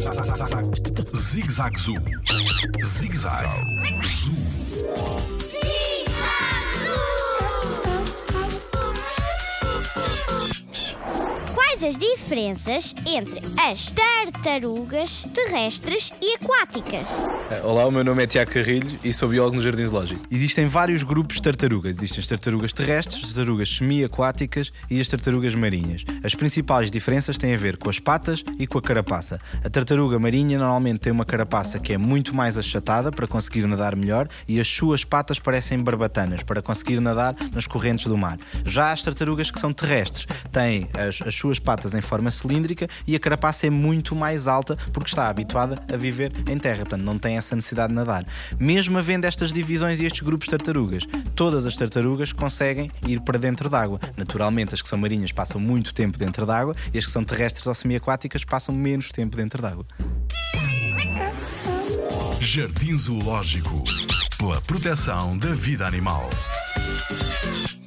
Zig-Zag Zoo. Zig-Zag Zoo. Quais as diferenças entre as tartarugas terrestres e aquáticas? Olá, o meu nome é Tiago Carrilho e sou biólogo no Jardim Zoológico. Existem vários grupos de tartarugas. Existem as tartarugas terrestres, as tartarugas semi-aquáticas e as tartarugas marinhas. As principais diferenças têm a ver com as patas e com a carapaça. A tartaruga marinha normalmente tem uma carapaça que é muito mais achatada para conseguir nadar melhor e as suas patas parecem barbatanas para conseguir nadar nas correntes do mar. Já as tartarugas que são terrestres têm as suas patas em forma cilíndrica e a carapaça é muito mais alta porque está habituada a viver em terra, portanto não tem essa necessidade de nadar. Mesmo havendo estas divisões e estes grupos de tartarugas, todas as tartarugas conseguem ir para dentro d'água. Naturalmente as que são marinhas passam muito tempo dentro d'água e as que são terrestres ou semi-aquáticas passam menos tempo dentro d'água. Jardim Zoológico, pela proteção da vida animal.